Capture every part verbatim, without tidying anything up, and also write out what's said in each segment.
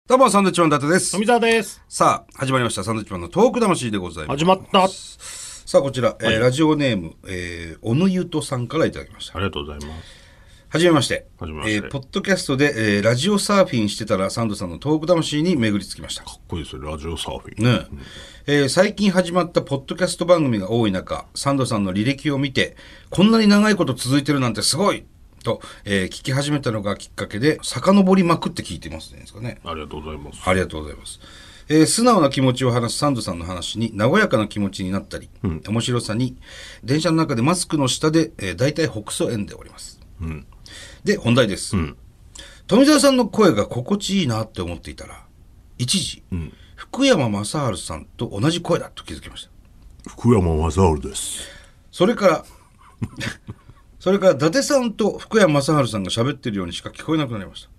どうもサンドウィッチマン伊達です。 富澤です。 さあ始まりましたサンドウィッチマンのトーク魂でございます。 始まった。 さあこちら、えーラジオネーム、えー、おぬゆとさんからいただきました。 ありがとうございます。 はじめまして。 はじめましてえーポッドキャストで、えーラジオサーフィンしてたらサンドさんのトーク魂に巡り着きました。 かっこいいですよ、ラジオサーフィン。 ねえー最近始まったポッドキャスト番組が多い中、サンドさんの履歴を見てこんなに長いこと続いてるなんてすごいと、えー聞き始めたのがきっかけで遡りまくって聞いてますねですかね。 ありがとうございます。 ありがとうございます。えー素直な気持ちを話すサンドさんの話に和やかな気持ちになったり、うん、面白さに電車の中でマスクの下で、えー、大体北総園でおります、うん、で本題です、うん、富澤さんの声が心地いいなって思っていたら一時、うん、福山雅治さんと同じ声だと気づきました。 福山雅治です。 それからそれから伊達さんと福山雅治さんが喋ってるようにしか聞こえなくなりました、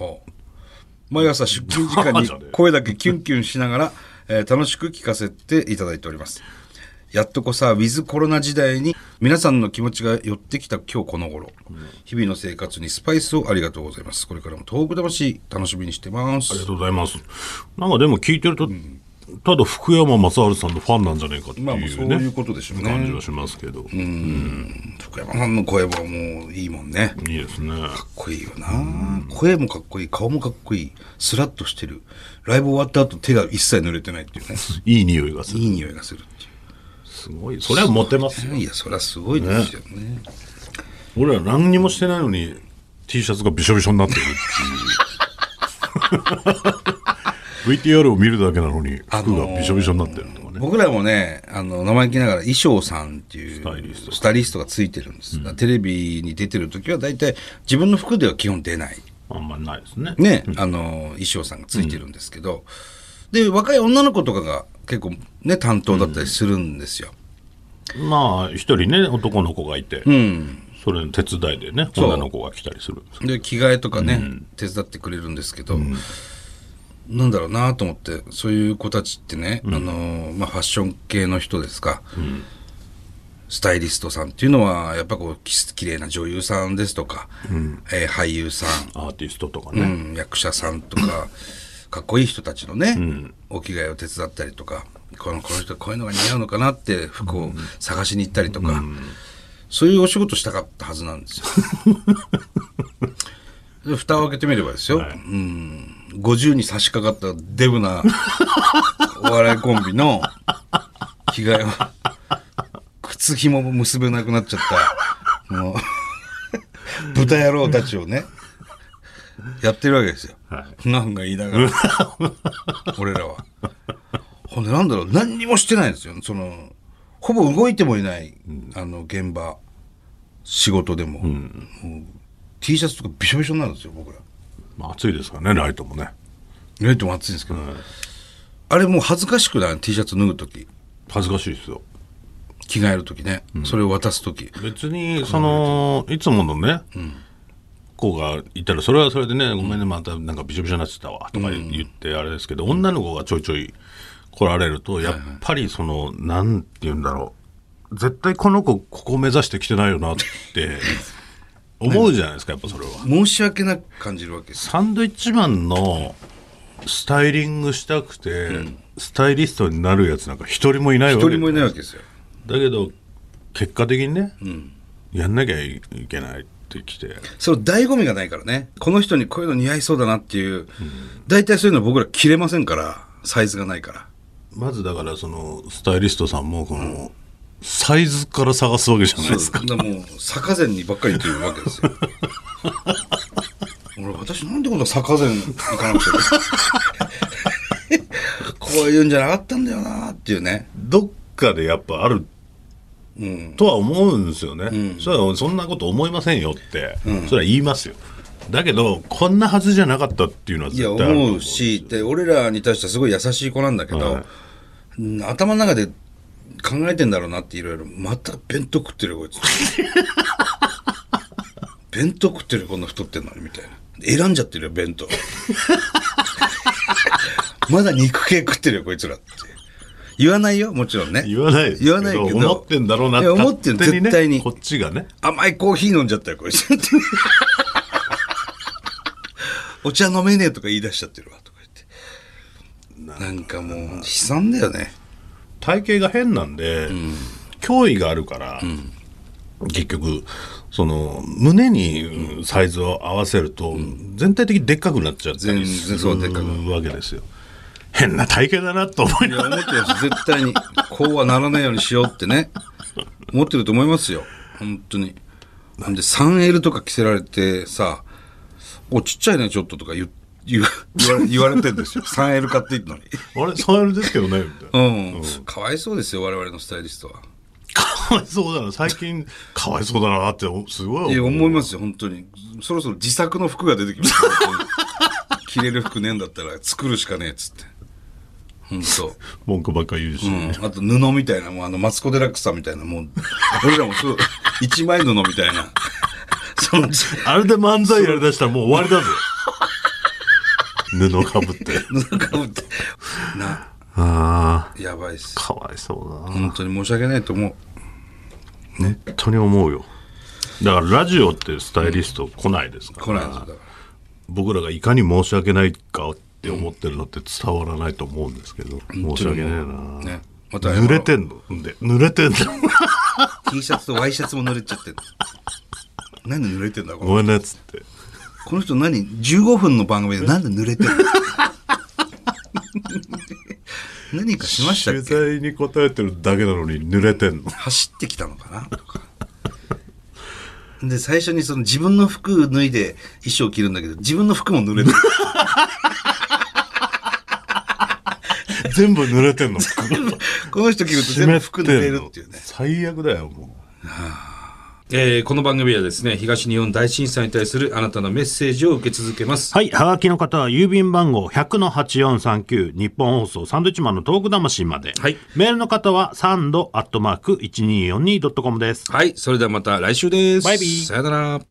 はあ、毎朝出勤時間に声だけキュンキュンしながら、えー、楽しく聞かせていただいております。やっとこさウィズコロナ時代に皆さんの気持ちが寄ってきた今日この頃、うん、日々の生活にスパイスをありがとうございます。これからもトーク魂楽しみにしてます。 ありがとうございます。なんかでも聞いてると、うん、ただ福山雅治さんのファンなんじゃないかっていうね、まあ、 そういうことでしょうね、 感じはしますけど、うん、うん、 福山さんの声はもういいもんね。 いいですね。 かっこいいよな、うん、声もかっこいい、顔もかっこいい、スラッとしてる。ライブ終わった後手が一切濡れてないっていうねいい匂いがする。 いい匂いがするっていう。 すごい。それはモテますよ。 いやそれはすごいですよ ね, ね。 俺ら何にもしてないのに T シャツがびしょびしょになってるっていうブイティーアール を見るだけなのに服がびしょびしょになってるとかね、 僕らもね、あの生意気ながら衣装さんっていうスタイリスト、スタイリストがついてるんです、うん、テレビに出てる時はだいたい自分の服では基本出ない、 あんまりないですね。 ね、うん、あの衣装さんがついてるんですけど、うん、で若い女の子とかが結構ね担当だったりするんですよ、 うん、まあ一人ね男の子がいて、うん、それの手伝いでね女の子が来たりするんです。 で着替えとかね、うん、手伝ってくれるんですけど、うん、なんだろうなと思って、そういう子たちってね、うん、あのまあ、ファッション系の人ですか、うん、スタイリストさんっていうのはやっぱこうき綺麗な女優さんですとか、うん、えー、俳優さん、 アーティストとかね、 うん、役者さんとかかっこいい人たちのね、うん、お着替えを手伝ったりとか、このこの人こういうのが似合うのかなって服を探しに行ったりとか、うん、そういうお仕事したかったはずなんですよで蓋を開けてみればですよ、はい、うん、ごじゅうに差し掛かったデブなお笑いコンビの着替えを靴ひもも結べなくなっちゃったもう豚野郎たちをねやってるわけですよ、はい、ふがふが言いながら俺らはほんでなんだろう、何にもしてないんですよ。そのほぼ動いてもいない、うん、あの現場仕事でも、うん、もう T シャツとかびしょびしょになるんですよ僕ら。 まあ、暑いですからね、ライトもね。 ライトも暑いんですけど、うん、あれもう恥ずかしくない？ T シャツ脱ぐとき恥ずかしいですよ。 着替えるときね、うん、それを渡すとき別にそのいつものね、うん、子がいたらそれはそれでね、ごめんねまたなんかびしょびしょになってたわとか言ってあれですけど、うん、女の子がちょいちょい来られるとやっぱりその、はいはい、なんて言うんだろう、絶対この子ここを目指してきてないよなって思うじゃないですか。やっぱそれは申し訳なく感じるわけです。 サンドイッチマンのスタイリングしたくて、うん、スタイリストになるやつなんか一人もいないわけです。 一人もいないわけですよ。だけど結果的にね、うん、やんなきゃいけないってきて、 その醍醐味がないからね。この人にこういうの似合いそうだなっていう、大体、うん、そういうの僕ら着れませんから、サイズがないから。 まずだからそのスタイリストさんもこの、うん、サイズから探すわけじゃないですか。 そうだ、もう坂前にばっかり言ってるわけですよ俺私なんでこんな坂前行かなくちゃこういうんじゃなかったんだよなっていうね。 どっかでやっぱある、うん、とは思うんですよね、うん、それはそんなこと思いませんよって、うん、それは言いますよ。だけどこんなはずじゃなかったっていうのは絶対あると思うんですよ。 いや思うし、で俺らに対してはすごい優しい子なんだけど、はい、頭の中で考えてんだろうなっていろいろ、また弁当食ってるこいつ弁当食ってるこんな太ってんのにみたいな、選んじゃってるよ弁当まだ肉系食ってるよこいつらって言わないよ、もちろんね。 言わないですけど、言わないけど思ってんだろうなって、 思ってん、ね、絶対にこっちがね、 甘いコーヒー飲んじゃったよこいつお茶飲めねえとか言い出しちゃってるわとか言って、なんかもう悲惨だよね。 体型が変なんで、うん、脅威があるから、うん、結局その胸にサイズを合わせると、うん、全体的にでっかくなっちゃったりするわけですよ。変な体型だなと思いながら。 いや思ってます絶対にこうはならないようにしようってね思ってると思いますよ本当に。なんで スリーエル とか着せられてさ、おちっちゃいねちょっととか言言言われ言われてるんですよ。 スリーエル 買っていいのにあれ スリーエル ですけどねみたいな、 うんうん、かわいそうですよ我々のスタイリストは。 かわいそうだな最近かわいそうだなってすごい思う。 いや思いますよ本当に。そろそろ自作の服が出てきます着れる服ねえんだったら作るしかねえっつって本当文句ばっか言うし、うん、 あと布みたいなもうあのマツコ・デラックスさんみたいなもう俺らもそう一枚布みたいなそのあれで漫才やりだしたらもう終わりだぜ布かぶって布かぶってなあやばいっす。 かわいそうだな本当に申し訳ないと思う。 本当に思うよ。だからラジオってスタイリスト来ないですから、 来ないですだから僕らがいかに申し訳ないかって思ってるのって伝わらないと思うんですけど、うん、申し訳ないな、ねま、濡れてんのんで濡れてんの T シャツとワイシャツも濡れちゃってるなんで濡れてんだごめんねっつってこの人何じゅうごふんの番組でなんで濡れてんの何かしましたっけ。 取材に答えてるだけなのに濡れてんの。 走ってきたのかなとかで最初にその自分の服脱いで衣装着るんだけど自分の服も濡れてる全部濡れてんのこの人着ると全部服濡れるっていうね。 最悪だよもう、はあえー、この番組はですね東日本大震災に対するあなたのメッセージを受け続けます。 はい、はがきの方は郵便番号 ひゃくのはちよんさんきゅう 日本放送サンドイッチマンのトーク魂まで、はい、メールの方はサンドアットマーク いちにーよんにードットコム です。 はい、それではまた来週です。 バイビー。 さよなら。